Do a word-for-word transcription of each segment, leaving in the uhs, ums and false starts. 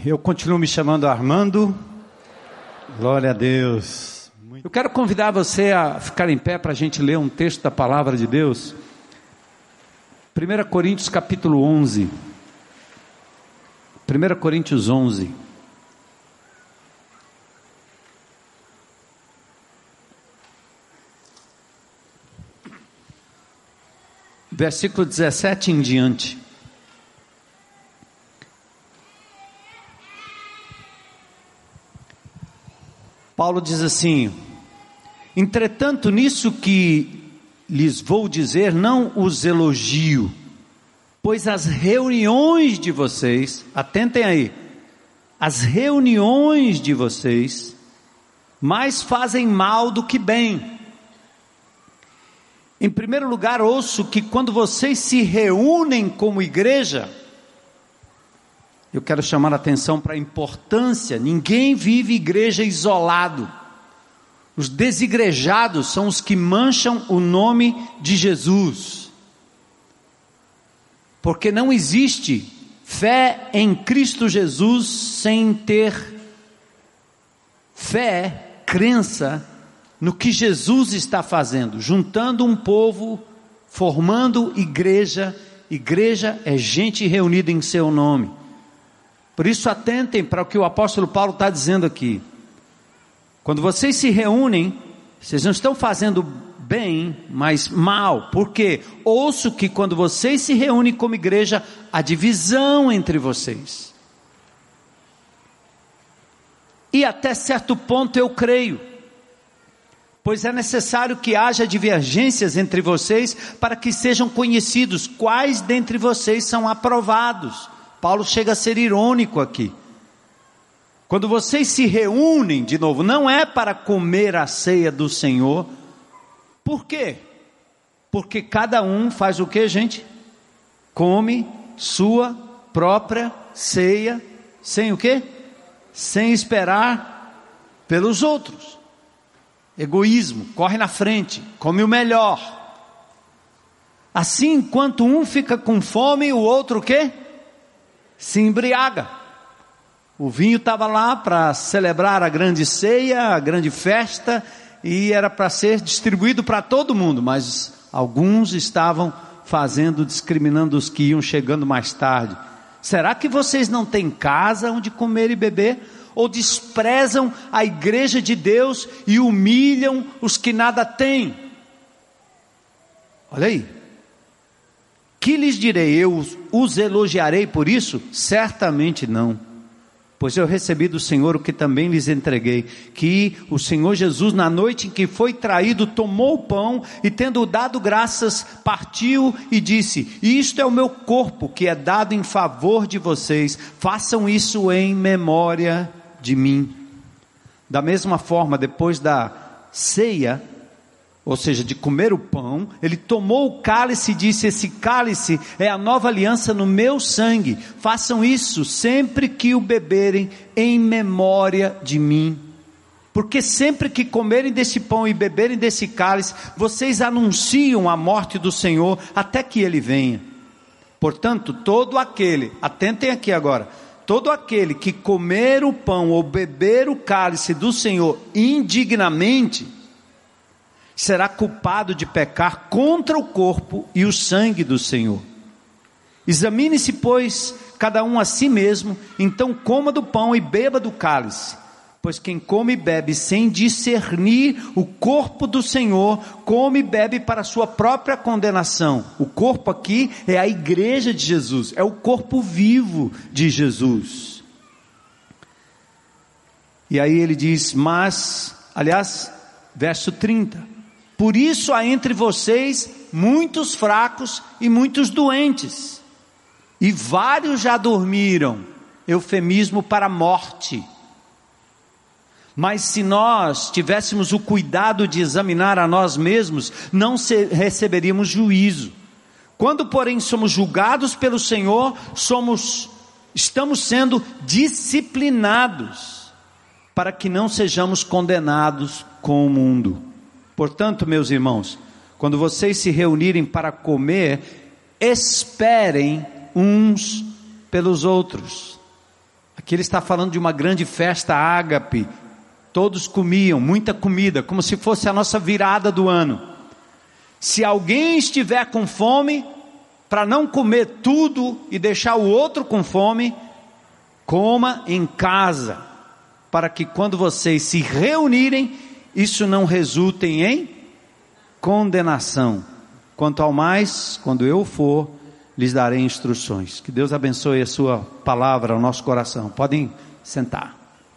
Eu continuo me chamando Armando. Glória a Deus. Eu quero convidar você a ficar em pé para a gente ler um texto da palavra de Deus. primeira Coríntios capítulo onze. primeira Coríntios onze. Versículo dezessete em diante. Paulo diz assim: entretanto, nisso que lhes vou dizer, não os elogio, pois as reuniões de vocês, atentem aí, as reuniões de vocês, mais fazem mal do que bem. Em primeiro lugar, ouço que quando vocês se reúnem como igreja, eu quero chamar a atenção para a importância, ninguém vive igreja isolado. Os desigrejados são os que mancham o nome de Jesus. Porque não existe fé em Cristo Jesus sem ter fé, crença no que Jesus está fazendo, juntando um povo, formando igreja. Igreja é gente reunida em seu nome. Por isso atentem para o que o apóstolo Paulo está dizendo aqui. Quando vocês se reúnem, vocês não estão fazendo bem, mas mal. Por quê? Ouço que quando vocês se reúnem como igreja, há divisão entre vocês. E até certo ponto eu creio. Pois é necessário que haja divergências entre vocês para que sejam conhecidos quais dentre vocês são aprovados. Paulo chega a ser irônico aqui. Quando vocês se reúnem, de novo, não é para comer a ceia do Senhor. Por quê? Porque cada um faz o que, gente? Come sua própria ceia, sem o quê? Sem esperar pelos outros. Egoísmo, corre na frente, come o melhor. Assim, enquanto um fica com fome, o outro o quê? Se embriaga. O vinho estava lá para celebrar a grande ceia, a grande festa, e era para ser distribuído para todo mundo, mas alguns estavam fazendo, discriminando os que iam chegando mais tarde. Será que vocês não têm casa onde comer e beber? Ou desprezam a igreja de Deus e humilham os que nada têm? Olha aí. Que lhes direi? Eu os elogiarei por isso? Certamente não. Pois eu recebi do Senhor o que também lhes entreguei, que o Senhor Jesus, na noite em que foi traído, tomou o pão e, tendo dado graças, partiu e disse: isto é o meu corpo que é dado em favor de vocês, façam isso em memória de mim. Da mesma forma, depois da ceia, ou seja, de comer o pão, ele tomou o cálice e disse: esse cálice é a nova aliança no meu sangue, façam isso sempre que o beberem em memória de mim. Porque sempre que comerem desse pão e beberem desse cálice, vocês anunciam a morte do Senhor até que ele venha. Portanto, todo aquele, atentem aqui agora, todo aquele que comer o pão ou beber o cálice do Senhor indignamente, será culpado de pecar contra o corpo e o sangue do Senhor. Examine-se, pois, cada um a si mesmo, então coma do pão e beba do cálice. Pois quem come e bebe sem discernir o corpo do Senhor, come e bebe para a sua própria condenação. O corpo aqui é a igreja de Jesus, é o corpo vivo de Jesus. E aí ele diz, mas, aliás, verso trinta... por isso há entre vocês muitos fracos e muitos doentes, e vários já dormiram, eufemismo para a morte. Mas se nós tivéssemos o cuidado de examinar a nós mesmos, não receberíamos juízo. Quando, porém, somos julgados pelo Senhor, somos, estamos sendo disciplinados, para que não sejamos condenados com o mundo. Portanto, meus irmãos, quando vocês se reunirem para comer, esperem uns pelos outros. Aqui ele está falando de uma grande festa ágape. Todos comiam, muita comida, como se fosse a nossa virada do ano. Se alguém estiver com fome, para não comer tudo e deixar o outro com fome, coma em casa, para que quando vocês se reunirem, isso não resulte em condenação. Quanto ao mais, quando eu for, lhes darei instruções. Que Deus abençoe a sua palavra ao nosso coração. Podem sentar.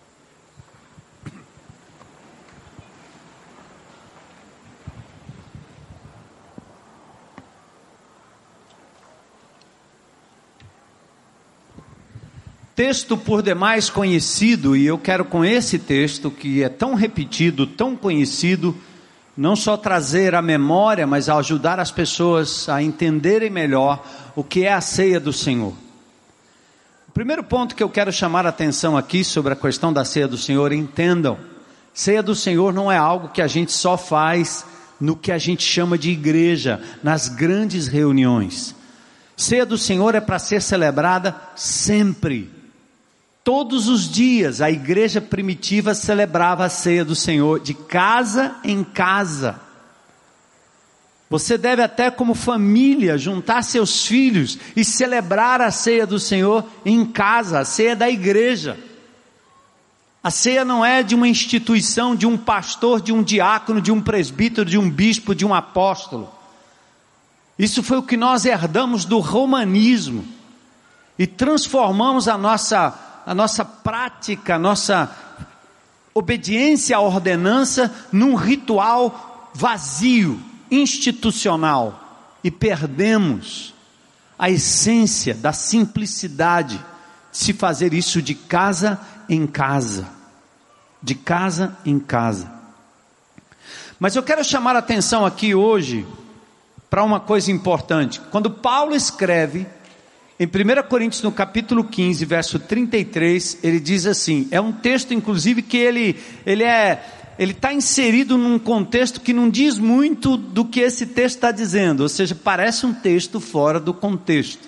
Texto por demais conhecido, e eu quero com esse texto, que é tão repetido, tão conhecido, não só trazer a memória, mas ajudar as pessoas a entenderem melhor o que é a ceia do Senhor. O primeiro ponto que eu quero chamar a atenção aqui sobre a questão da ceia do Senhor, entendam, ceia do Senhor não é algo que a gente só faz no que a gente chama de igreja, nas grandes reuniões. Ceia do Senhor é para ser celebrada sempre. Todos os dias a igreja primitiva celebrava a ceia do Senhor, de casa em casa. Você deve até como família juntar seus filhos e celebrar a ceia do Senhor em casa, a ceia da igreja. A ceia não é de uma instituição, de um pastor, de um diácono, de um presbítero, de um bispo, de um apóstolo. Isso foi o que nós herdamos do romanismo e transformamos a nossa a nossa prática, a nossa obediência à ordenança num ritual vazio, institucional, e perdemos a essência da simplicidade de se fazer isso de casa em casa, de casa em casa. Mas eu quero chamar a atenção aqui hoje para uma coisa importante. Quando Paulo escreve em primeira Coríntios, no capítulo quinze, verso trinta e três, ele diz assim, é um texto inclusive que ele ele é, ele está inserido num contexto que não diz muito do que esse texto está dizendo, ou seja, parece um texto fora do contexto.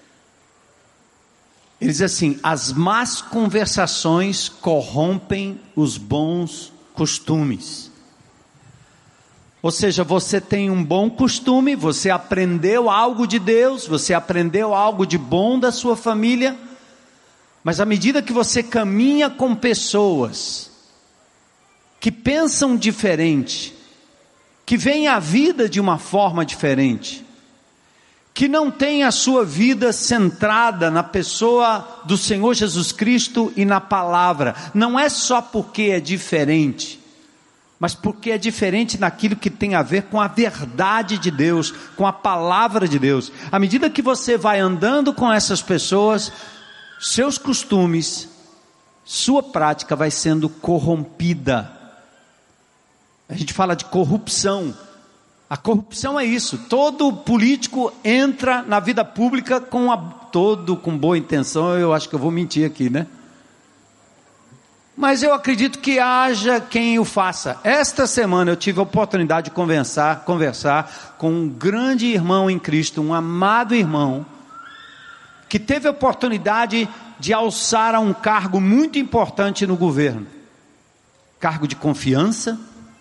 Ele diz assim, as más conversações corrompem os bons costumes. Ou seja, você tem um bom costume, você aprendeu algo de Deus, você aprendeu algo de bom da sua família, mas à medida que você caminha com pessoas que pensam diferente, que veem a vida de uma forma diferente, que não tem a sua vida centrada na pessoa do Senhor Jesus Cristo e na palavra, não é só porque é diferente, mas porque é diferente naquilo que tem a ver com a verdade de Deus, com a palavra de Deus. À medida que você vai andando com essas pessoas, seus costumes, sua prática vai sendo corrompida. A gente fala de corrupção. A corrupção é isso. Todo político entra na vida pública com a, todo com boa intenção. Eu acho que eu vou mentir aqui, né? Mas eu acredito que haja quem o faça. Esta semana eu tive a oportunidade de conversar, conversar com um grande irmão em Cristo, um amado irmão, que teve a oportunidade de alçar a um cargo muito importante no governo. Cargo de confiança,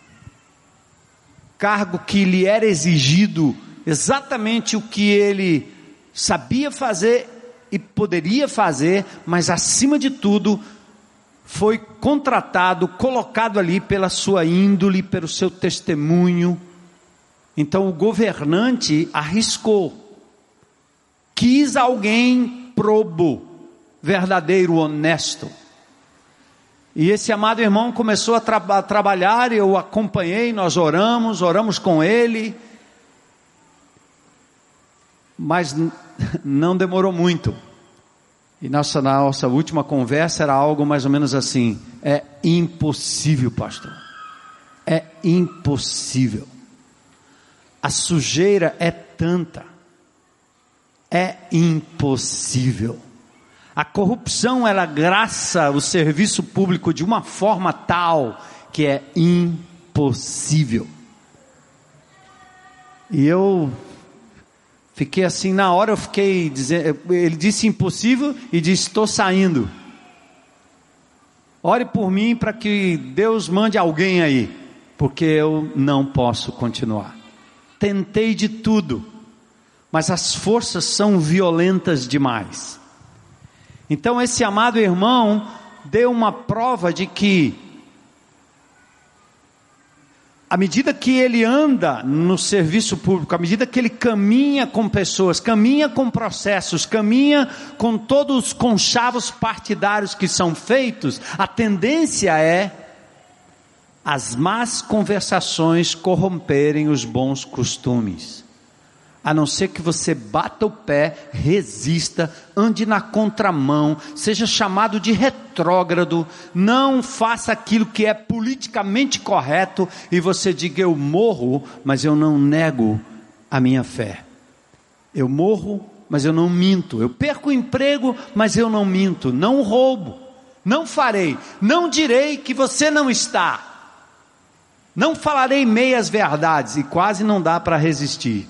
cargo que lhe era exigido exatamente o que ele sabia fazer e poderia fazer, mas acima de tudo, foi contratado, colocado ali pela sua índole, pelo seu testemunho. Então o governante arriscou, quis alguém probo, verdadeiro, honesto. E esse amado irmão começou a, tra a trabalhar, eu acompanhei, nós oramos, oramos com ele, mas não demorou muito. E nossa, nossa última conversa era algo mais ou menos assim, é impossível, pastor, é impossível, a sujeira é tanta, é impossível, a corrupção ela graça o serviço público de uma forma tal, que é impossível. E eu fiquei assim, na hora eu fiquei dizendo, ele disse impossível e disse estou saindo. Ore por mim para que Deus mande alguém aí, porque eu não posso continuar. Tentei de tudo, mas as forças são violentas demais. Então esse amado irmão deu uma prova de que, à medida que ele anda no serviço público, à medida que ele caminha com pessoas, caminha com processos, caminha com todos os conchavos partidários que são feitos, a tendência é as más conversações corromperem os bons costumes. A não ser que você bata o pé, resista, ande na contramão, seja chamado de retrógrado, não faça aquilo que é politicamente correto, e você diga: eu morro, mas eu não nego a minha fé. Eu morro, mas eu não minto. Eu perco o emprego, mas eu não minto. Não roubo, não farei, não direi que você não está. Não falarei meias verdades, e quase não dá para resistir.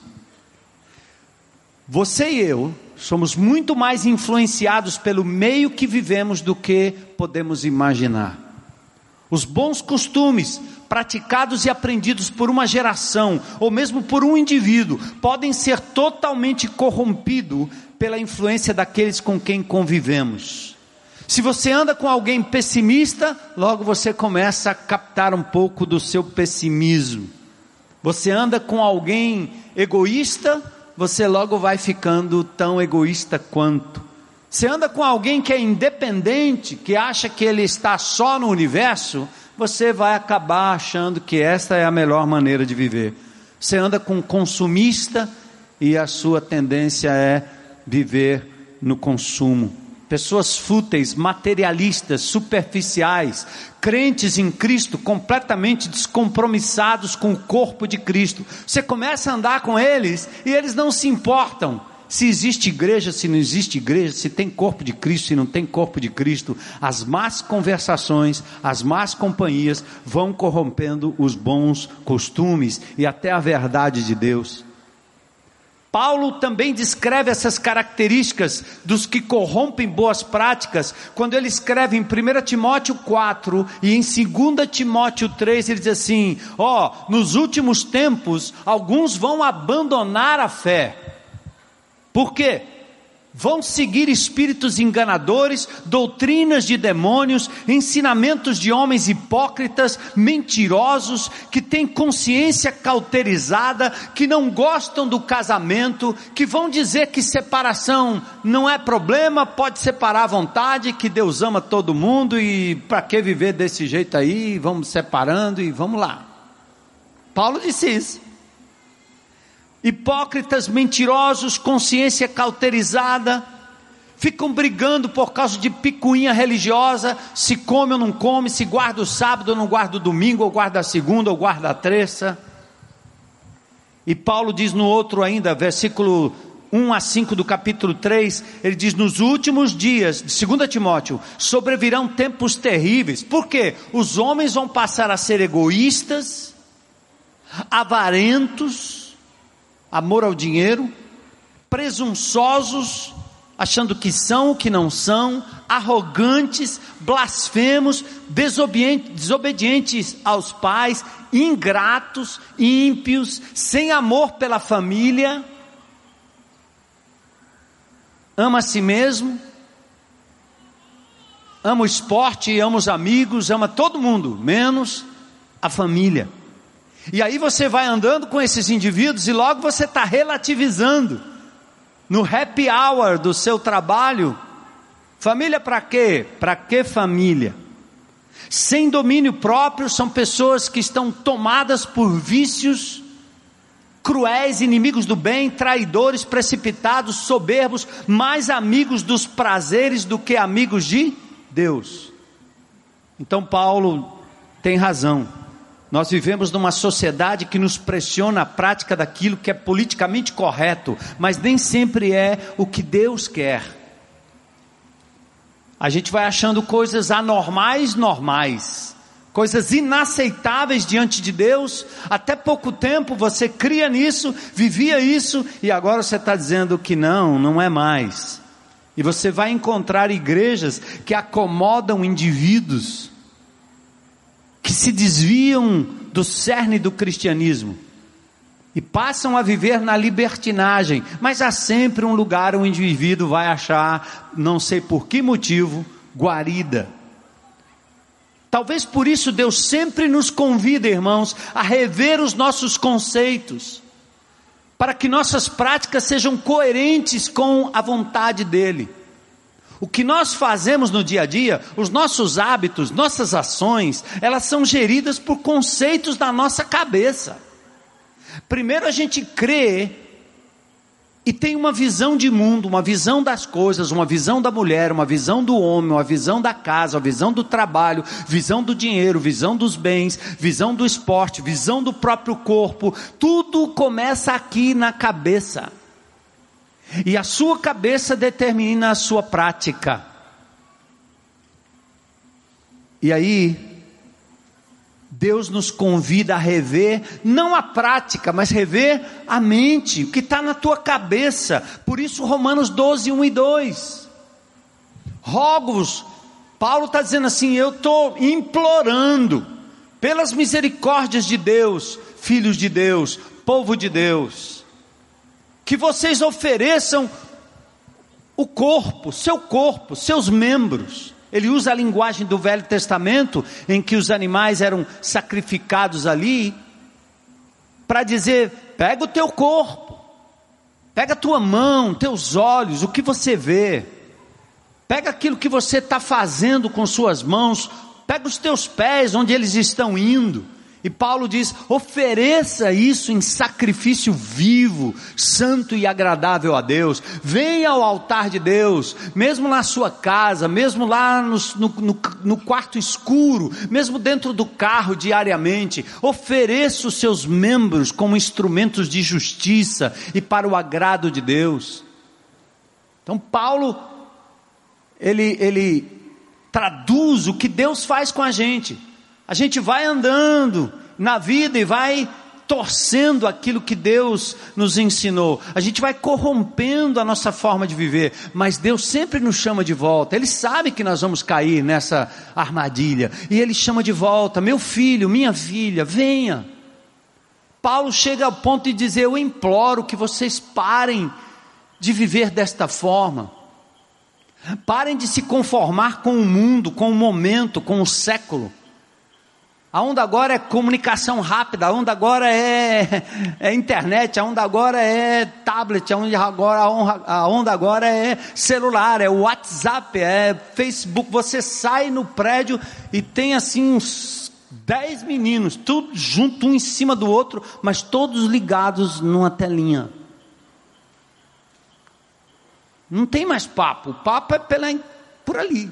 Você e eu somos muito mais influenciados pelo meio que vivemos do que podemos imaginar. Os bons costumes, praticados e aprendidos por uma geração, ou mesmo por um indivíduo, podem ser totalmente corrompidos pela influência daqueles com quem convivemos. Se você anda com alguém pessimista, logo você começa a captar um pouco do seu pessimismo. Você anda com alguém egoísta, você logo vai ficando tão egoísta quanto. Você anda com alguém que é independente, que acha que ele está só no universo, você vai acabar achando que esta é a melhor maneira de viver. Você anda com um consumista e a sua tendência é viver no consumo. Pessoas fúteis, materialistas, superficiais, crentes em Cristo, completamente descompromissados com o corpo de Cristo. Você começa a andar com eles e eles não se importam se existe igreja, se não existe igreja, se tem corpo de Cristo, se não tem corpo de Cristo. As más conversações, as más companhias vão corrompendo os bons costumes e até a verdade de Deus. Paulo também descreve essas características dos que corrompem boas práticas, quando ele escreve em primeira Timóteo quatro e em segunda Timóteo três, ele diz assim: ó, oh, nos últimos tempos, alguns vão abandonar a fé. Por quê? Vão seguir espíritos enganadores, doutrinas de demônios, ensinamentos de homens hipócritas, mentirosos, que têm consciência cauterizada, que não gostam do casamento, que vão dizer que separação não é problema, pode separar à vontade, que Deus ama todo mundo e para que viver desse jeito aí, vamos separando e vamos lá. Paulo disse isso. Hipócritas, mentirosos, consciência cauterizada, ficam brigando por causa de picuinha religiosa, se come ou não come, se guarda o sábado ou não guarda o domingo, ou guarda a segunda ou guarda a terça. E Paulo diz no outro ainda, versículo um a cinco do capítulo três, ele diz: nos últimos dias, de segunda Timóteo, sobrevirão tempos terríveis. Por quê? Os homens vão passar a ser egoístas, avarentos, amor ao dinheiro, presunçosos, achando que são o que não são, arrogantes, blasfemos, desobedientes, desobedientes aos pais, ingratos, ímpios, sem amor pela família, ama a si mesmo, ama o esporte, ama os amigos, ama todo mundo, menos a família. E aí você vai andando com esses indivíduos e logo você está relativizando. No happy hour do seu trabalho, família para quê? Para que família? Sem domínio próprio, são pessoas que estão tomadas por vícios, cruéis, inimigos do bem, traidores, precipitados, soberbos, mais amigos dos prazeres do que amigos de Deus. Então Paulo tem razão. Nós vivemos numa sociedade que nos pressiona a prática daquilo que é politicamente correto, mas nem sempre é o que Deus quer. A gente vai achando coisas anormais, normais, coisas inaceitáveis diante de Deus. Até pouco tempo você cria nisso, vivia isso, e agora você está dizendo que não, não é mais. E você vai encontrar igrejas que acomodam indivíduos que se desviam do cerne do cristianismo e passam a viver na libertinagem, mas há sempre um lugar onde o indivíduo vai achar, não sei por que motivo, guarida. Talvez por isso Deus sempre nos convida, irmãos, a rever os nossos conceitos, para que nossas práticas sejam coerentes com a vontade dEle. O que nós fazemos no dia a dia, os nossos hábitos, nossas ações, elas são geridas por conceitos da nossa cabeça. Primeiro a gente crê e tem uma visão de mundo, uma visão das coisas, uma visão da mulher, uma visão do homem, uma visão da casa, uma visão do trabalho, visão do dinheiro, visão dos bens, visão do esporte, visão do próprio corpo. Tudo começa aqui na cabeça. E a sua cabeça determina a sua prática. E aí Deus nos convida a rever, não a prática, mas rever a mente, o que está na tua cabeça. Por isso Romanos doze, um e dois. Rogo-vos, Paulo está dizendo assim, eu estou implorando, pelas misericórdias de Deus, filhos de Deus, povo de Deus, que vocês ofereçam o corpo, seu corpo, seus membros. Ele usa a linguagem do Velho Testamento, em que os animais eram sacrificados ali, para dizer, pega o teu corpo, pega a tua mão, teus olhos, o que você vê, pega aquilo que você está fazendo com suas mãos, pega os teus pés, onde eles estão indo. E Paulo diz, ofereça isso em sacrifício vivo, santo e agradável a Deus. Venha ao altar de Deus, mesmo na sua casa, mesmo lá no, no, no quarto escuro, mesmo dentro do carro diariamente. Ofereça os seus membros como instrumentos de justiça e para o agrado de Deus. Então Paulo, ele, ele traduz o que Deus faz com a gente. A gente vai andando na vida e vai torcendo aquilo que Deus nos ensinou. A gente vai corrompendo a nossa forma de viver, mas Deus sempre nos chama de volta. Ele sabe que nós vamos cair nessa armadilha, e Ele chama de volta, meu filho, minha filha, venha. Paulo chega ao ponto de dizer, eu imploro que vocês parem de viver desta forma. Parem de se conformar com o mundo, com o momento, com o século. A onda agora é comunicação rápida, a onda agora é, é internet, a onda agora é tablet, a onda agora, a onda, a onda agora é celular, é WhatsApp, é Facebook. Você sai no prédio e tem assim uns dez meninos, tudo junto, um em cima do outro, mas todos ligados numa telinha. Não tem mais papo, o papo é pela, por ali.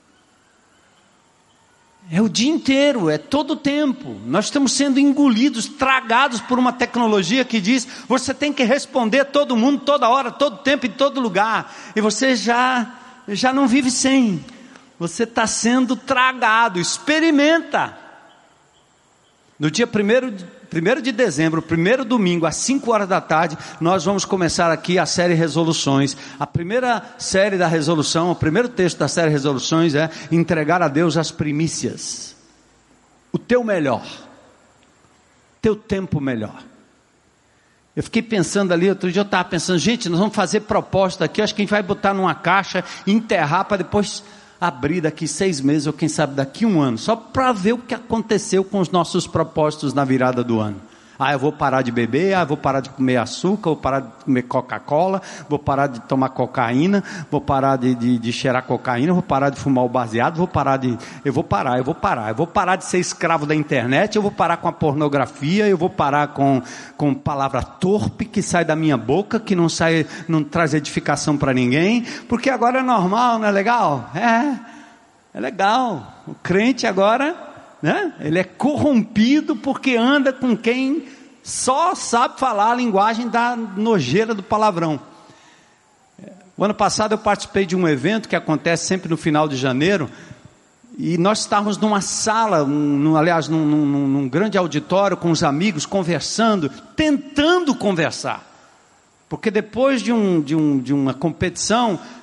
É o dia inteiro, é todo o tempo. Nós estamos sendo engolidos, tragados por uma tecnologia que diz, você tem que responder a todo mundo, toda hora, todo tempo, em todo lugar. E você já, já não vive sem. Você está sendo tragado, experimenta. No dia primeiro, primeiro de dezembro, primeiro domingo, às cinco horas da tarde, nós vamos começar aqui a série Resoluções. A primeira série da resolução, o primeiro texto da série Resoluções é entregar a Deus as primícias. O teu melhor. Teu tempo melhor. Eu fiquei pensando ali, outro dia eu estava pensando, gente, nós vamos fazer proposta aqui, acho que a gente vai botar numa caixa, enterrar para depois abrir daqui seis meses, ou quem sabe daqui um ano, só para ver o que aconteceu com os nossos propósitos na virada do ano. Ah, eu vou parar de beber, ah, eu vou parar de comer açúcar, vou parar de comer Coca-Cola, vou parar de tomar cocaína, vou parar de, de, de cheirar cocaína, vou parar de fumar o baseado, vou parar de... Eu vou parar, eu vou parar, eu vou parar de ser escravo da internet, eu vou parar com a pornografia, eu vou parar com, com palavra torpe que sai da minha boca, que não sai, não traz edificação para ninguém, porque agora é normal, não é legal? É, é legal. O crente agora... Né? Ele é corrompido porque anda com quem só sabe falar a linguagem da nojeira do palavrão. O ano passado eu participei de um evento que acontece sempre no final de janeiro, e nós estávamos numa sala, um, aliás num, num, num grande auditório com os amigos, conversando, tentando conversar, porque depois de, um, de, um, de uma competição,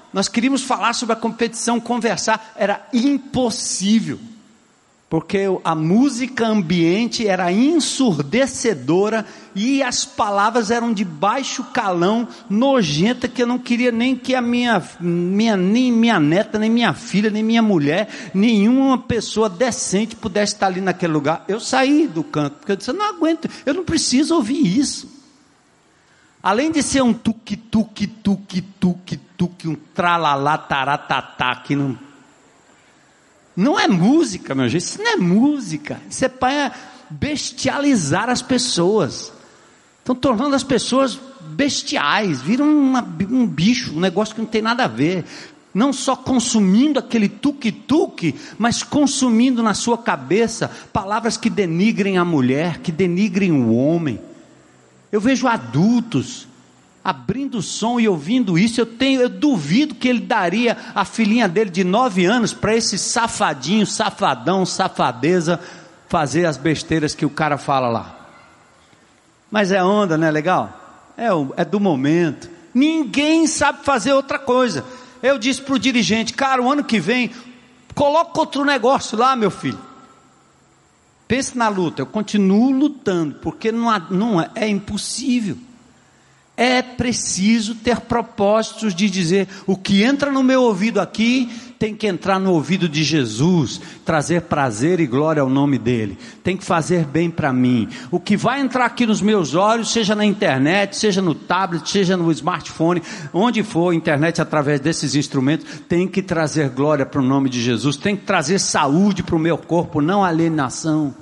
Nós queríamos falar sobre a competição, conversar, era impossível, porque a música ambiente era ensurdecedora e as palavras eram de baixo calão, nojenta, que eu não queria nem que a minha, minha, nem minha neta, nem minha filha, nem minha mulher, nenhuma pessoa decente pudesse estar ali naquele lugar. Eu saí do canto, porque eu disse, eu não aguento, eu não preciso ouvir isso. Além de ser um tuque, tuque, tuque, tuque, tuque, um tralalá, taratatá, que não... Não é música, meu gente, isso não é música, isso é para bestializar as pessoas. Estão tornando as pessoas bestiais, viram uma, um bicho, um negócio que não tem nada a ver. Não só consumindo aquele tuque-tuque, mas consumindo na sua cabeça palavras que denigrem a mulher, que denigrem o homem. Eu vejo adultos abrindo o som e ouvindo isso. Eu tenho, eu duvido que ele daria a filhinha dele de nove anos para esse safadinho, safadão, safadeza fazer as besteiras que o cara fala lá. Mas é onda, não é legal? É, é do momento. Ninguém sabe fazer outra coisa. Eu disse para o dirigente, cara, o ano que vem coloca outro negócio lá, meu filho. Pense na luta. Eu continuo lutando, porque não, há, não é, é impossível. É preciso ter propósitos de dizer, o que entra no meu ouvido aqui, tem que entrar no ouvido de Jesus, trazer prazer e glória ao nome dele, tem que fazer bem para mim. O que vai entrar aqui nos meus olhos, seja na internet, seja no tablet, seja no smartphone, onde for, internet através desses instrumentos, tem que trazer glória para o nome de Jesus, tem que trazer saúde para o meu corpo, não alienação.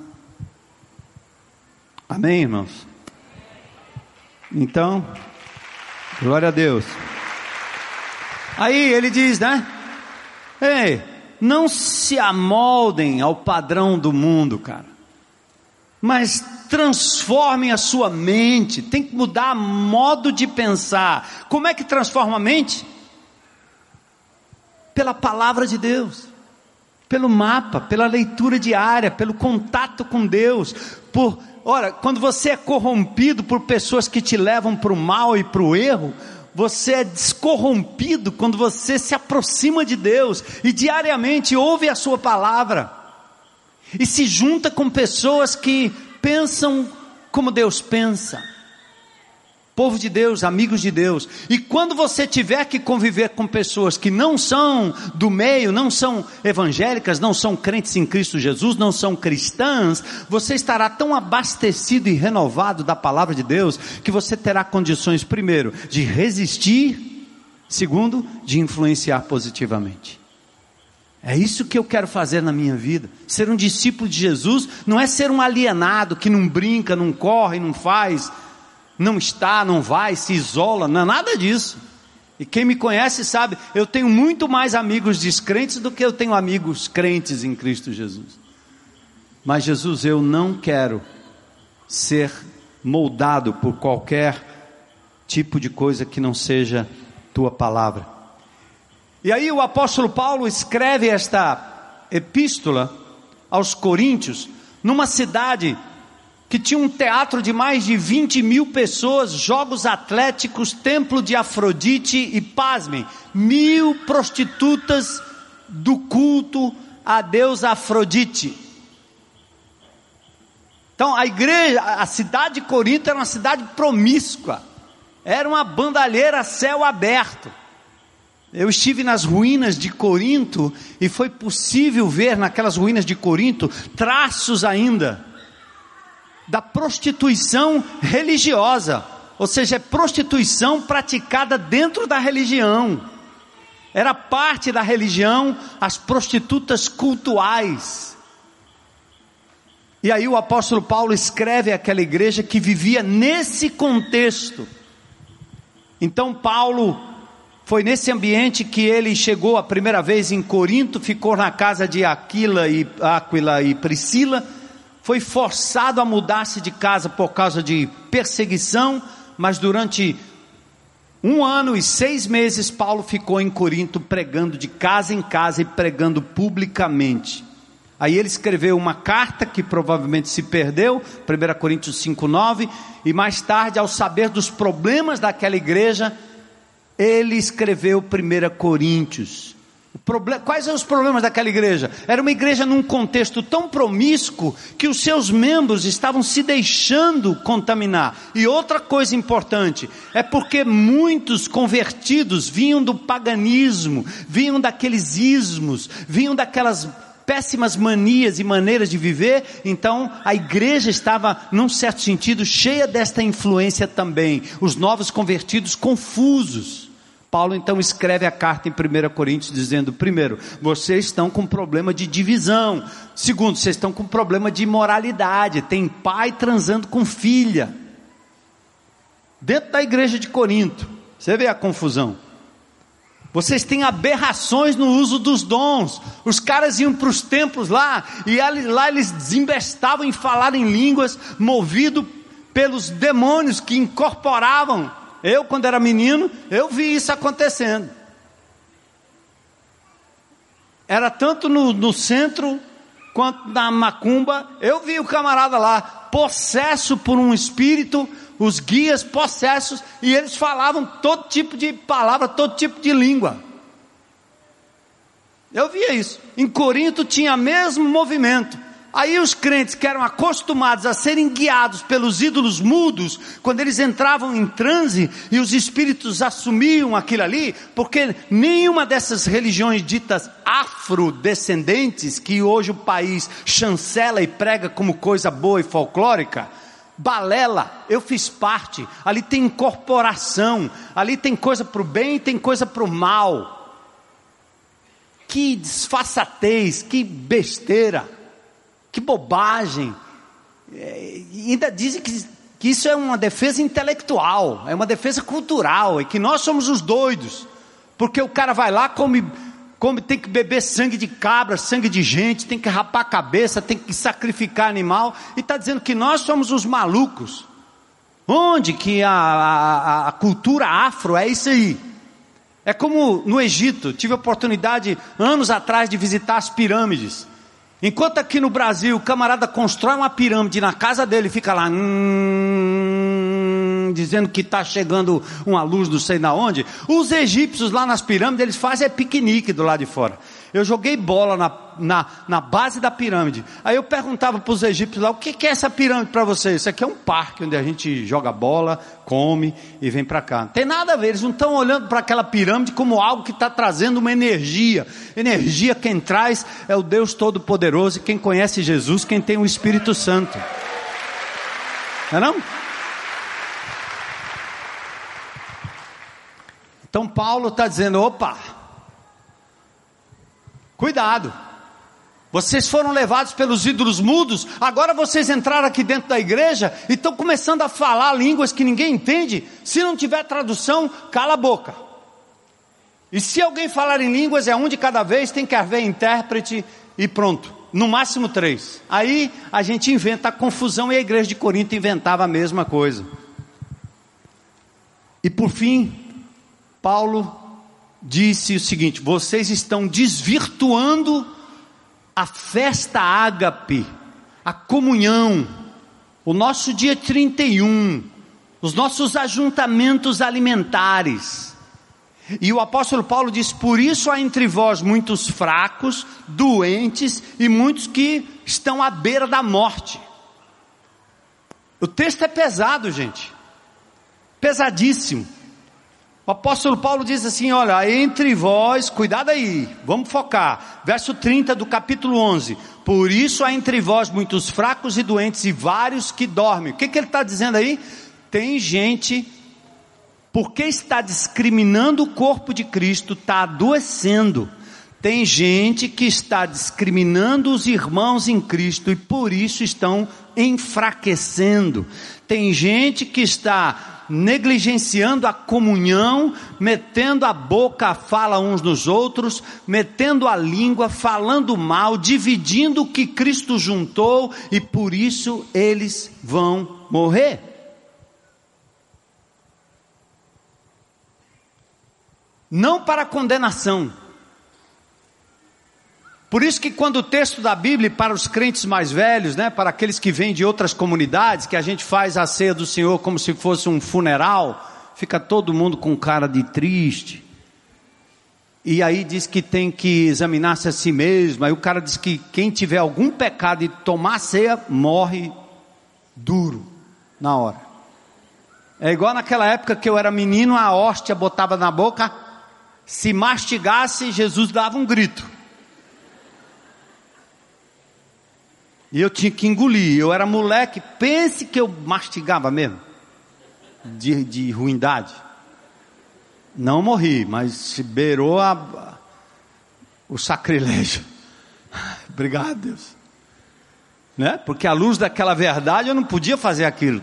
Amém, irmãos? Então, glória a Deus. Aí ele diz, né? Ei, não se amoldem ao padrão do mundo, cara, mas transformem a sua mente. Tem que mudar modo de pensar. Como é que transforma a mente? Pela palavra de Deus, pelo mapa, pela leitura diária, pelo contato com Deus. Por, ora, quando você é corrompido por pessoas que te levam para o mal e para o erro, você é descorrompido quando você se aproxima de Deus e diariamente ouve a sua palavra e se junta com pessoas que pensam como Deus pensa. Povo de Deus, amigos de Deus. E quando você tiver que conviver com pessoas que não são do meio, não são evangélicas, não são crentes em Cristo Jesus, não são cristãs, você estará tão abastecido e renovado da palavra de Deus, que você terá condições, primeiro, de resistir, segundo, de influenciar positivamente. É isso que eu quero fazer na minha vida. Ser um discípulo de Jesus não é ser um alienado que não brinca, não corre, não faz, não está, não vai, se isola, não é nada disso. E quem me conhece sabe, eu tenho muito mais amigos descrentes do que eu tenho amigos crentes em Cristo Jesus. Mas Jesus, eu não quero ser moldado por qualquer tipo de coisa que não seja tua palavra. E aí o apóstolo Paulo escreve esta epístola aos Coríntios, numa cidade que tinha um teatro de mais de vinte mil pessoas, jogos atléticos, templo de Afrodite e, pasmem, mil prostitutas do culto a Deus Afrodite. Então a igreja, a cidade de Corinto era uma cidade promíscua, era uma bandalheira a céu aberto. Eu estive nas ruínas de Corinto e foi possível ver naquelas ruínas de Corinto traços ainda da prostituição religiosa, ou seja, é prostituição praticada dentro da religião. Era parte da religião as prostitutas cultuais. E aí o apóstolo Paulo escreve àquela igreja que vivia nesse contexto. Então Paulo foi nesse ambiente que ele chegou a primeira vez em Corinto, ficou na casa de Aquila e Áquila e Priscila, foi forçado a mudar-se de casa por causa de perseguição, mas durante um ano e seis meses Paulo ficou em Corinto pregando de casa em casa e pregando publicamente. Aí ele escreveu uma carta que provavelmente se perdeu, primeira Coríntios cinco, nove, e mais tarde, ao saber dos problemas daquela igreja, ele escreveu primeira Coríntios. O problema, quais são os problemas daquela igreja? Era uma igreja num contexto tão promíscuo que os seus membros estavam se deixando contaminar. E outra coisa importante, é porque muitos convertidos vinham do paganismo, vinham daqueles ismos, vinham daquelas péssimas manias e maneiras de viver. Então a igreja estava, num certo sentido, cheia desta influência também. Os novos convertidos confusos. Paulo então escreve a carta em primeira Coríntios dizendo: primeiro, vocês estão com problema de divisão. Segundo, vocês estão com problema de imoralidade. Tem pai transando com filha. Dentro da igreja de Corinto. Você vê a confusão. Vocês têm aberrações no uso dos dons. Os caras iam para os templos lá, e lá eles desembestavam em falar em línguas, movido pelos demônios que incorporavam. Eu, quando era menino, eu vi isso acontecendo. Era tanto no, no centro, quanto na macumba. Eu vi o camarada lá, possesso por um espírito, os guias possessos, e eles falavam todo tipo de palavra, todo tipo de língua. Eu via isso. Em Corinto tinha o mesmo movimento. Aí os crentes que eram acostumados a serem guiados pelos ídolos mudos, quando eles entravam em transe e os espíritos assumiam aquilo ali, porque nenhuma dessas religiões ditas afrodescendentes, que hoje o país chancela e prega como coisa boa e folclórica, balela, eu fiz parte, ali tem incorporação, ali tem coisa para o bem e tem coisa para o mal. Que desfaçatez, que besteira. Que bobagem. É, ainda dizem que, que isso é uma defesa intelectual, é uma defesa cultural, e que nós somos os doidos, porque o cara vai lá, come, come, tem que beber sangue de cabra, sangue de gente, tem que rapar a cabeça, tem que sacrificar animal, e está dizendo que nós somos os malucos. Onde que a, a, a cultura afro é isso aí? É como no Egito. Tive a oportunidade anos atrás de visitar as pirâmides. Enquanto aqui no Brasil o camarada constrói uma pirâmide na casa dele, fica lá hum, dizendo que está chegando uma luz não sei na onde, os egípcios lá nas pirâmides, eles fazem é piquenique do lado de fora. Eu joguei bola na, na, na base da pirâmide, aí eu perguntava para os egípcios lá: o que, que é essa pirâmide para vocês? Isso aqui é um parque onde a gente joga bola, come e vem para cá. Não tem nada a ver, eles não estão olhando para aquela pirâmide como algo que está trazendo uma energia. Energia quem traz é o Deus Todo-Poderoso, e quem conhece Jesus, quem tem o Espírito Santo. Não é não? Então Paulo está dizendo: opa, cuidado, vocês foram levados pelos ídolos mudos, agora vocês entraram aqui dentro da igreja e estão começando a falar línguas que ninguém entende. Se não tiver tradução, cala a boca. E se alguém falar em línguas, é um de cada vez, tem que haver intérprete e pronto, no máximo três. Aí a gente inventa a confusão, e a igreja de Corinto inventava a mesma coisa. E por fim, Paulo disse o seguinte: vocês estão desvirtuando a festa ágape, a comunhão, o nosso dia trinta e um, os nossos ajuntamentos alimentares. E o apóstolo Paulo diz: por isso há entre vós muitos fracos, doentes e muitos que estão à beira da morte. O texto é pesado, gente, pesadíssimo. O apóstolo Paulo diz assim: olha, entre vós, cuidado aí, vamos focar, verso trinta do capítulo onze, por isso há entre vós muitos fracos e doentes e vários que dormem. O que, que ele está dizendo aí? Tem gente, porque está discriminando o corpo de Cristo, está adoecendo. Tem gente que está discriminando os irmãos em Cristo e por isso estão enfraquecendo. Tem gente que está negligenciando a comunhão, metendo a boca a fala uns nos outros, metendo a língua, falando mal, dividindo o que Cristo juntou, e por isso eles vão morrer. Não para condenação. Por isso que quando o texto da Bíblia, para os crentes mais velhos, né, para aqueles que vêm de outras comunidades, que a gente faz a ceia do Senhor como se fosse um funeral, fica todo mundo com cara de triste. E aí diz que tem que examinar-se a si mesmo. Aí o cara diz que quem tiver algum pecado e tomar ceia, morre duro, na hora. É igual naquela época que eu era menino, a hóstia botava na boca, se mastigasse, Jesus dava um grito. E eu tinha que engolir. Eu era moleque, pense que eu mastigava mesmo, de, de ruindade. Não morri, mas se beirou a, o sacrilégio. Obrigado, Deus. Né? Porque à luz daquela verdade eu não podia fazer aquilo.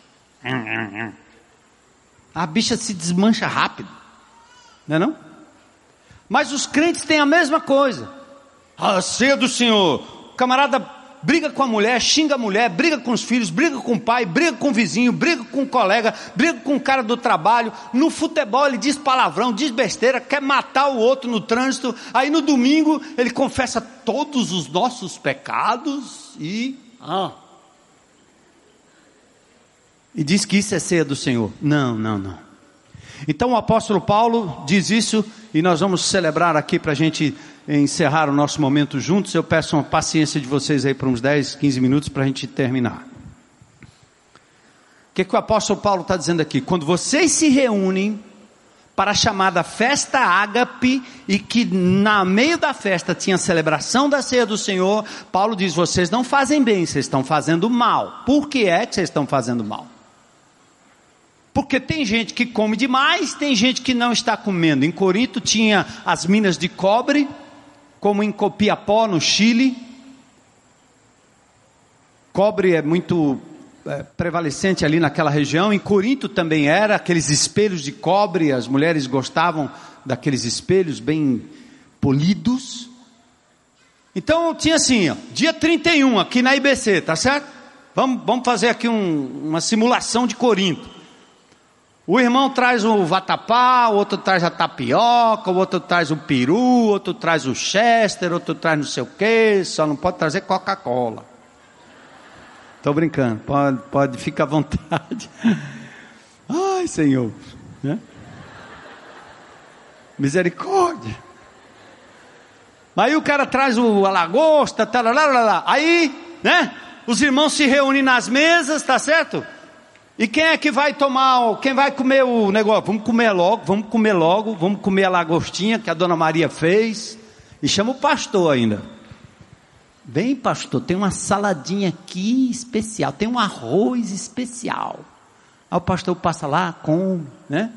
A bicha se desmancha rápido, não é não? Mas os crentes têm a mesma coisa. A ceia do Senhor, o camarada briga com a mulher, xinga a mulher, briga com os filhos, briga com o pai, briga com o vizinho, briga com o colega, briga com o cara do trabalho. No futebol ele diz palavrão, diz besteira, quer matar o outro no trânsito. Aí no domingo ele confessa todos os nossos pecados e ah, e diz que isso é ceia do Senhor. Não, não, não. Então o apóstolo Paulo diz isso, e nós vamos celebrar aqui para a gente encerrar o nosso momento juntos. Eu peço uma paciência de vocês aí por uns dez, quinze minutos para a gente terminar. O que, que o apóstolo Paulo está dizendo aqui? Quando vocês se reúnem para a chamada festa ágape, e que na meio da festa tinha a celebração da ceia do Senhor, Paulo diz: vocês não fazem bem, vocês estão fazendo mal. Por que é que vocês estão fazendo mal? Porque tem gente que come demais, tem gente que não está comendo. Em Corinto tinha as minas de cobre, como em Copiapó, no Chile. Cobre é muito é, prevalecente ali naquela região. Em Corinto também era, aqueles espelhos de cobre, as mulheres gostavam daqueles espelhos bem polidos. Então tinha assim, ó, dia trinta e um aqui na I B C, tá certo? Vamos, vamos fazer aqui um, uma simulação de Corinto. O irmão traz o vatapá, o outro traz a tapioca, o outro traz o peru, o outro traz o chester, o outro traz não sei o que, só não pode trazer Coca-Cola. Estou brincando, pode, pode, fica à vontade. Ai, Senhor, né? Misericórdia. Aí o cara traz o, a lagosta, talalala, aí, né? Os irmãos se reúnem nas mesas, tá certo? E quem é que vai tomar, quem vai comer o negócio? Vamos comer logo, vamos comer logo, vamos comer a lagostinha que a dona Maria fez. E chama o pastor ainda. Vem, pastor, tem uma saladinha aqui especial, tem um arroz especial. Aí o pastor passa lá, come, né?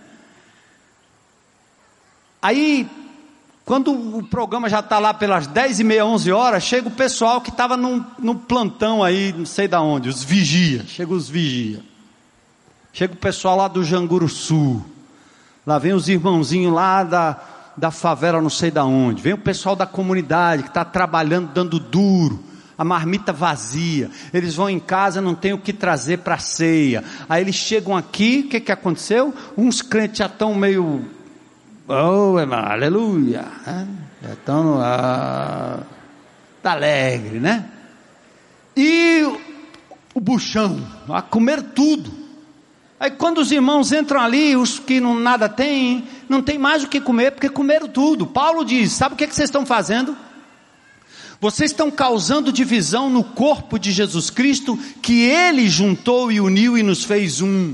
Aí, quando o programa já está lá pelas dez e meia, onze horas, chega o pessoal que estava num, num plantão aí, não sei de onde, os vigia, chega os vigia. Chega o pessoal lá do Janguruçu, lá vem os irmãozinhos lá da, da favela não sei de onde, vem o pessoal da comunidade que está trabalhando, dando duro, a marmita vazia, eles vão em casa, não tem o que trazer para a ceia, aí eles chegam aqui, o que que aconteceu? Uns crentes já estão meio, oh, aleluia, já estão ah, tá alegre, né? E o buchão, a comer tudo. Aí quando os irmãos entram ali, os que não nada têm, não tem mais o que comer, porque comeram tudo. Paulo diz, sabe o que, é que vocês estão fazendo? Vocês estão causando divisão no corpo de Jesus Cristo, que Ele juntou e uniu e nos fez um.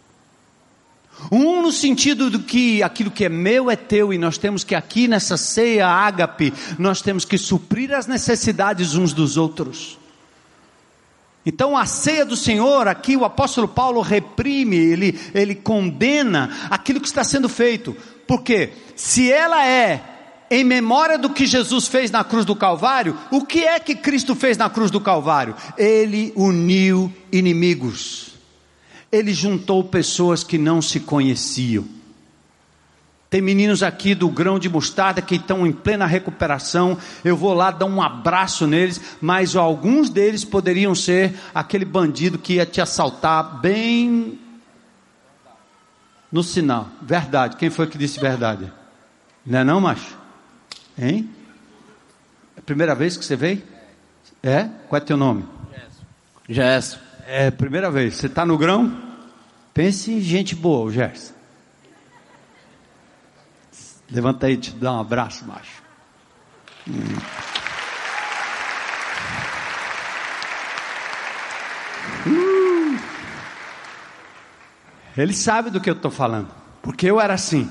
Um no sentido do que aquilo que é meu é teu, e nós temos que aqui nessa ceia ágape, nós temos que suprir as necessidades uns dos outros. Então a ceia do Senhor, aqui o apóstolo Paulo reprime, ele, ele condena aquilo que está sendo feito, porque se ela é em memória do que Jesus fez na cruz do Calvário, o que é que Cristo fez na cruz do Calvário? Ele uniu inimigos, ele juntou pessoas que não se conheciam. Tem meninos aqui do grão de mostarda que estão em plena recuperação, eu vou lá dar um abraço neles, mas alguns deles poderiam ser aquele bandido que ia te assaltar bem no sinal. Verdade, quem foi que disse verdade? Não é não, macho? Hein? É a primeira vez que você veio? É? Qual é teu nome? Gerson. É a primeira vez, você está no grão? Pense em gente boa, o Gerson. Levanta aí e te dá um abraço, macho. Hum. Hum. Ele sabe do que eu estou falando, porque eu era assim.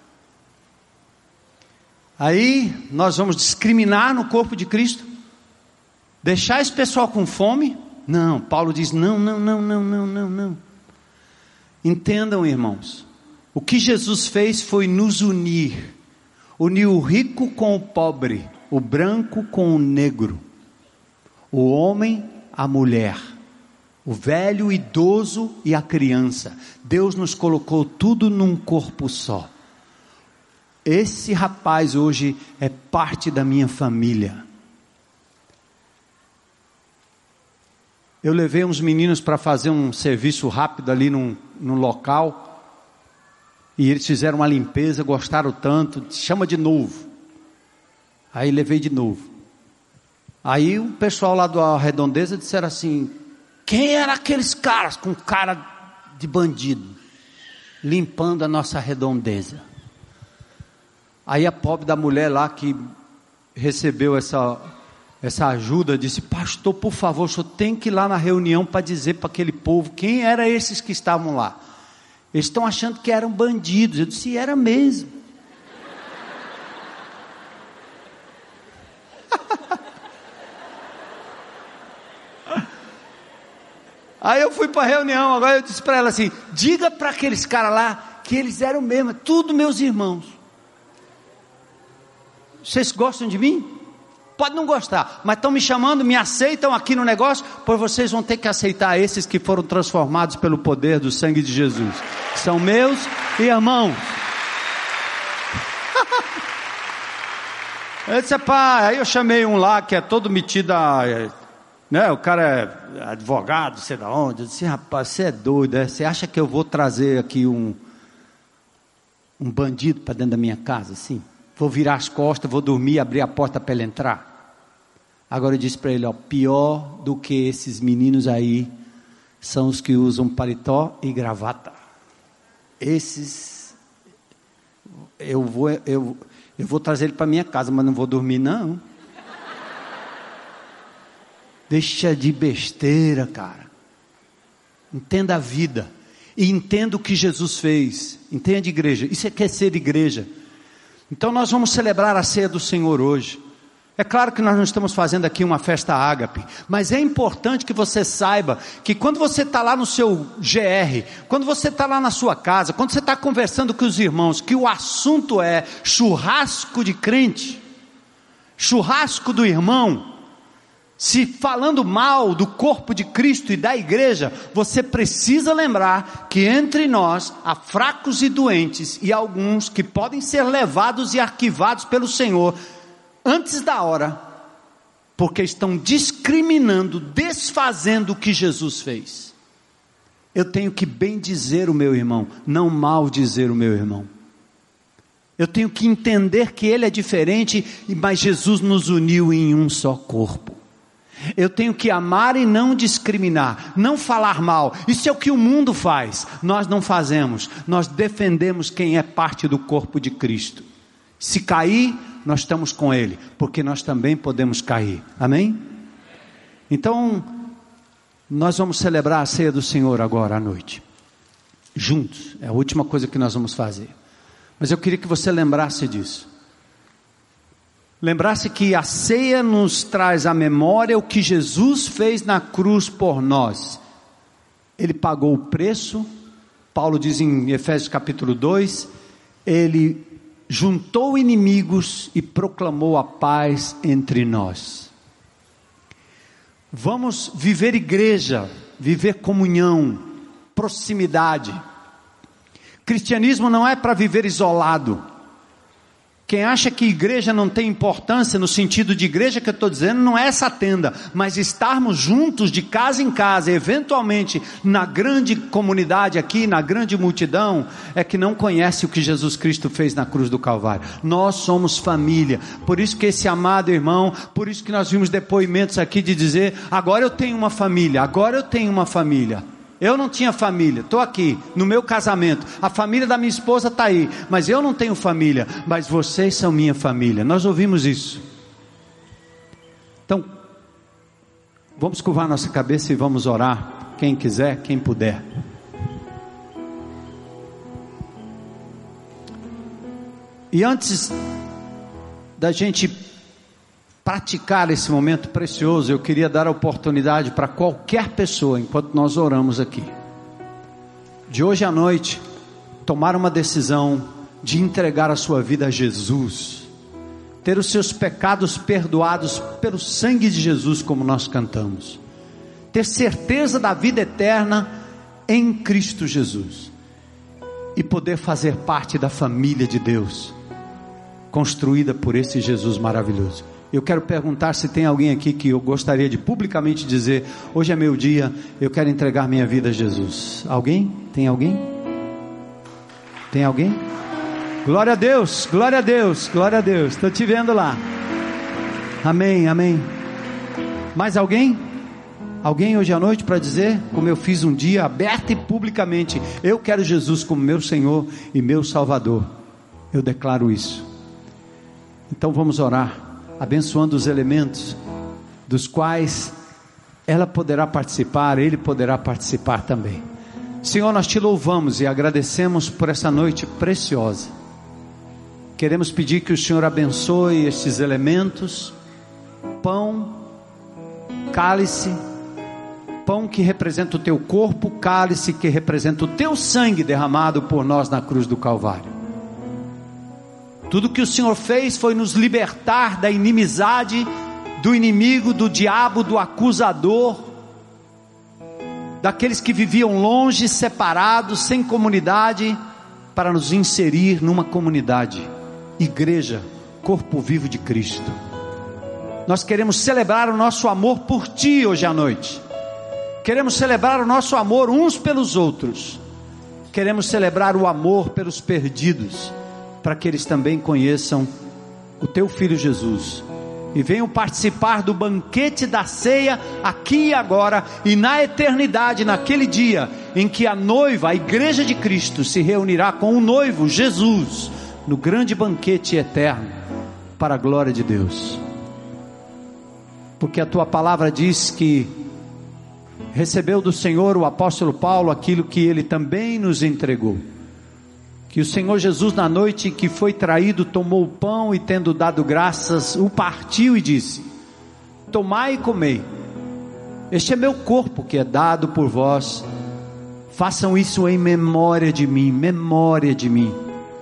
Aí nós vamos discriminar no corpo de Cristo, deixar esse pessoal com fome? Não, Paulo diz não, não, não, não, não, não, não. Entendam, irmãos, o que Jesus fez foi nos unir, unir o rico com o pobre, o branco com o negro, o homem, a mulher, o velho, o idoso e a criança. Deus nos colocou tudo num corpo só. Esse rapaz hoje é parte da minha família. Eu levei uns meninos para fazer um serviço rápido ali num, num local, e eles fizeram uma limpeza, gostaram tanto, chama de novo. Aí levei de novo. Aí o pessoal lá da redondeza disseram assim: quem eram aqueles caras com cara de bandido, limpando a nossa redondeza? Aí a pobre da mulher lá que recebeu essa, essa ajuda disse: pastor, por favor, o senhor tem que ir lá na reunião para dizer para aquele povo quem eram esses que estavam lá. Eles estão achando que eram bandidos. Eu disse: era mesmo. Aí eu fui para a reunião, agora eu disse para ela assim: diga para aqueles caras lá que eles eram mesmo, tudo meus irmãos. Vocês gostam de mim? Pode não gostar, mas estão me chamando, me aceitam aqui no negócio, pois vocês vão ter que aceitar esses que foram transformados pelo poder do sangue de Jesus. São meus irmãos. Eu disse: pá, aí eu chamei um lá que é todo metido a, né, o cara é advogado, sei da onde. Eu disse: rapaz, você é doido, é? Você acha que eu vou trazer aqui um, um bandido para dentro da minha casa, assim? Vou virar as costas, vou dormir, abrir a porta para ele entrar? Agora eu disse para ele: ó, pior do que esses meninos aí são os que usam paletó e gravata. Esses eu vou, eu, eu vou trazer ele para minha casa, mas não vou dormir não. Deixa de besteira, cara. Entenda a vida e entenda o que Jesus fez. Entende, igreja? Isso é que é ser igreja. Então nós vamos celebrar a ceia do Senhor hoje. É claro que nós não estamos fazendo aqui uma festa ágape, mas é importante que você saiba que quando você está lá no seu G R, quando você está lá na sua casa, quando você está conversando com os irmãos, que o assunto é churrasco de crente, churrasco do irmão, se falando mal do corpo de Cristo e da igreja, você precisa lembrar que entre nós há fracos e doentes, e alguns que podem ser levados e arquivados pelo Senhor antes da hora, porque estão discriminando, desfazendo o que Jesus fez. Eu tenho que bem dizer o meu irmão, não mal dizer o meu irmão. Eu tenho que entender que ele é diferente, mas Jesus nos uniu em um só corpo. Eu tenho que amar e não discriminar, não falar mal. Isso é o que o mundo faz. Nós não fazemos. Nós defendemos quem é parte do corpo de Cristo. Se cair, nós estamos com ele, porque nós também podemos cair. Amém? Então, nós vamos celebrar a ceia do Senhor agora à noite, juntos. É a última coisa que nós vamos fazer. Mas eu queria que você lembrasse disso. Lembrasse que a ceia nos traz à memória o que Jesus fez na cruz por nós. Ele pagou o preço. Paulo diz em Efésios capítulo dois, ele juntou inimigos e proclamou a paz entre nós. Vamos viver igreja, viver comunhão, proximidade. Cristianismo não é para viver isolado. Quem acha que igreja não tem importância, no sentido de igreja que eu estou dizendo, não é essa tenda, mas estarmos juntos de casa em casa, eventualmente na grande comunidade aqui, na grande multidão, é que não conhece o que Jesus Cristo fez na cruz do Calvário. Nós somos família, por isso que esse amado irmão, por isso que nós vimos depoimentos aqui de dizer: agora eu tenho uma família, agora eu tenho uma família. Eu não tinha família, estou aqui no meu casamento, a família da minha esposa está aí, mas eu não tenho família, mas vocês são minha família. Nós ouvimos isso. Então, vamos curvar nossa cabeça e vamos orar, quem quiser, quem puder. E antes da gente praticar esse momento precioso, eu queria dar a oportunidade para qualquer pessoa, enquanto nós oramos aqui, de hoje à noite, tomar uma decisão de entregar a sua vida a Jesus, ter os seus pecados perdoados pelo sangue de Jesus, como nós cantamos, ter certeza da vida eterna em Cristo Jesus, e poder fazer parte da família de Deus, construída por esse Jesus maravilhoso. Eu quero perguntar se tem alguém aqui que eu gostaria de publicamente dizer: hoje é meu dia, eu quero entregar minha vida a Jesus. Alguém? Tem alguém? Tem alguém? Glória a Deus, glória a Deus, glória a Deus. Estou te vendo lá. Amém, amém. Mais alguém? Alguém hoje à noite para dizer, como eu fiz um dia, aberto e publicamente: eu quero Jesus como meu Senhor e meu Salvador. Eu declaro isso. Então vamos orar, abençoando os elementos dos quais ela poderá participar, ele poderá participar também. Senhor, nós te louvamos e agradecemos por essa noite preciosa. Queremos pedir que o Senhor abençoe estes elementos: pão, cálice, pão que representa o teu corpo, cálice que representa o teu sangue derramado por nós na cruz do Calvário. Tudo que o Senhor fez foi nos libertar da inimizade, do inimigo, do diabo, do acusador, daqueles que viviam longe, separados, sem comunidade, para nos inserir numa comunidade, igreja, corpo vivo de Cristo. Nós queremos celebrar o nosso amor por Ti hoje à noite. Queremos celebrar o nosso amor uns pelos outros. Queremos celebrar o amor pelos perdidos, para que eles também conheçam o Teu Filho Jesus, e venham participar do banquete da ceia, aqui e agora, e na eternidade, naquele dia, em que a noiva, a igreja de Cristo, se reunirá com o noivo, Jesus, no grande banquete eterno, para a glória de Deus. Porque a Tua palavra diz que recebeu do Senhor o apóstolo Paulo aquilo que ele também nos entregou, que o Senhor Jesus, na noite que foi traído, tomou o pão e, tendo dado graças, o partiu e disse: tomai e comei, este é meu corpo que é dado por vós, façam isso em memória de mim, memória de mim.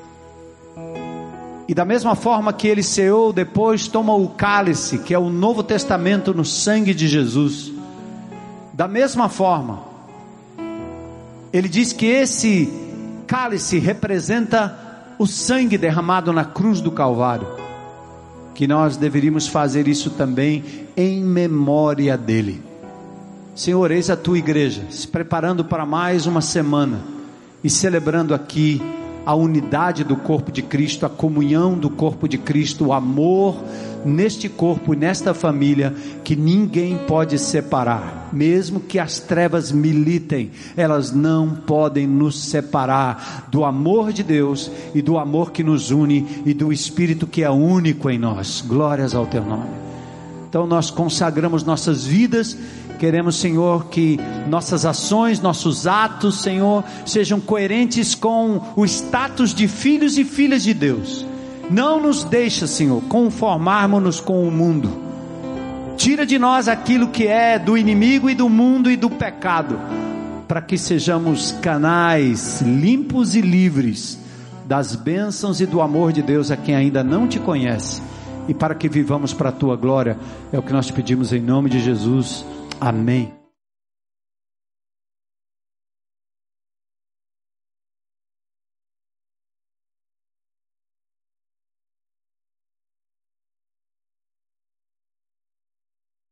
E da mesma forma que ele ceou, depois toma o cálice, que é o Novo Testamento no sangue de Jesus. Da mesma forma, ele diz que esse cálice representa o sangue derramado na cruz do Calvário, que nós deveríamos fazer isso também em memória dele. Senhor, eis a Tua igreja se preparando para mais uma semana e celebrando aqui a unidade do corpo de Cristo, a comunhão do corpo de Cristo, o amor neste corpo e nesta família, que ninguém pode separar, mesmo que as trevas militem, elas não podem nos separar do amor de Deus e do amor que nos une e do Espírito que é único em nós. Glórias ao Teu nome. Então nós consagramos nossas vidas. Queremos, Senhor, que nossas ações, nossos atos, Senhor, sejam coerentes com o status de filhos e filhas de Deus. Não nos deixa, Senhor, conformarmos-nos com o mundo. Tira de nós aquilo que é do inimigo e do mundo e do pecado, para que sejamos canais limpos e livres das bênçãos e do amor de Deus a quem ainda não Te conhece, e para que vivamos para a Tua glória. É o que nós te pedimos em nome de Jesus. Amém.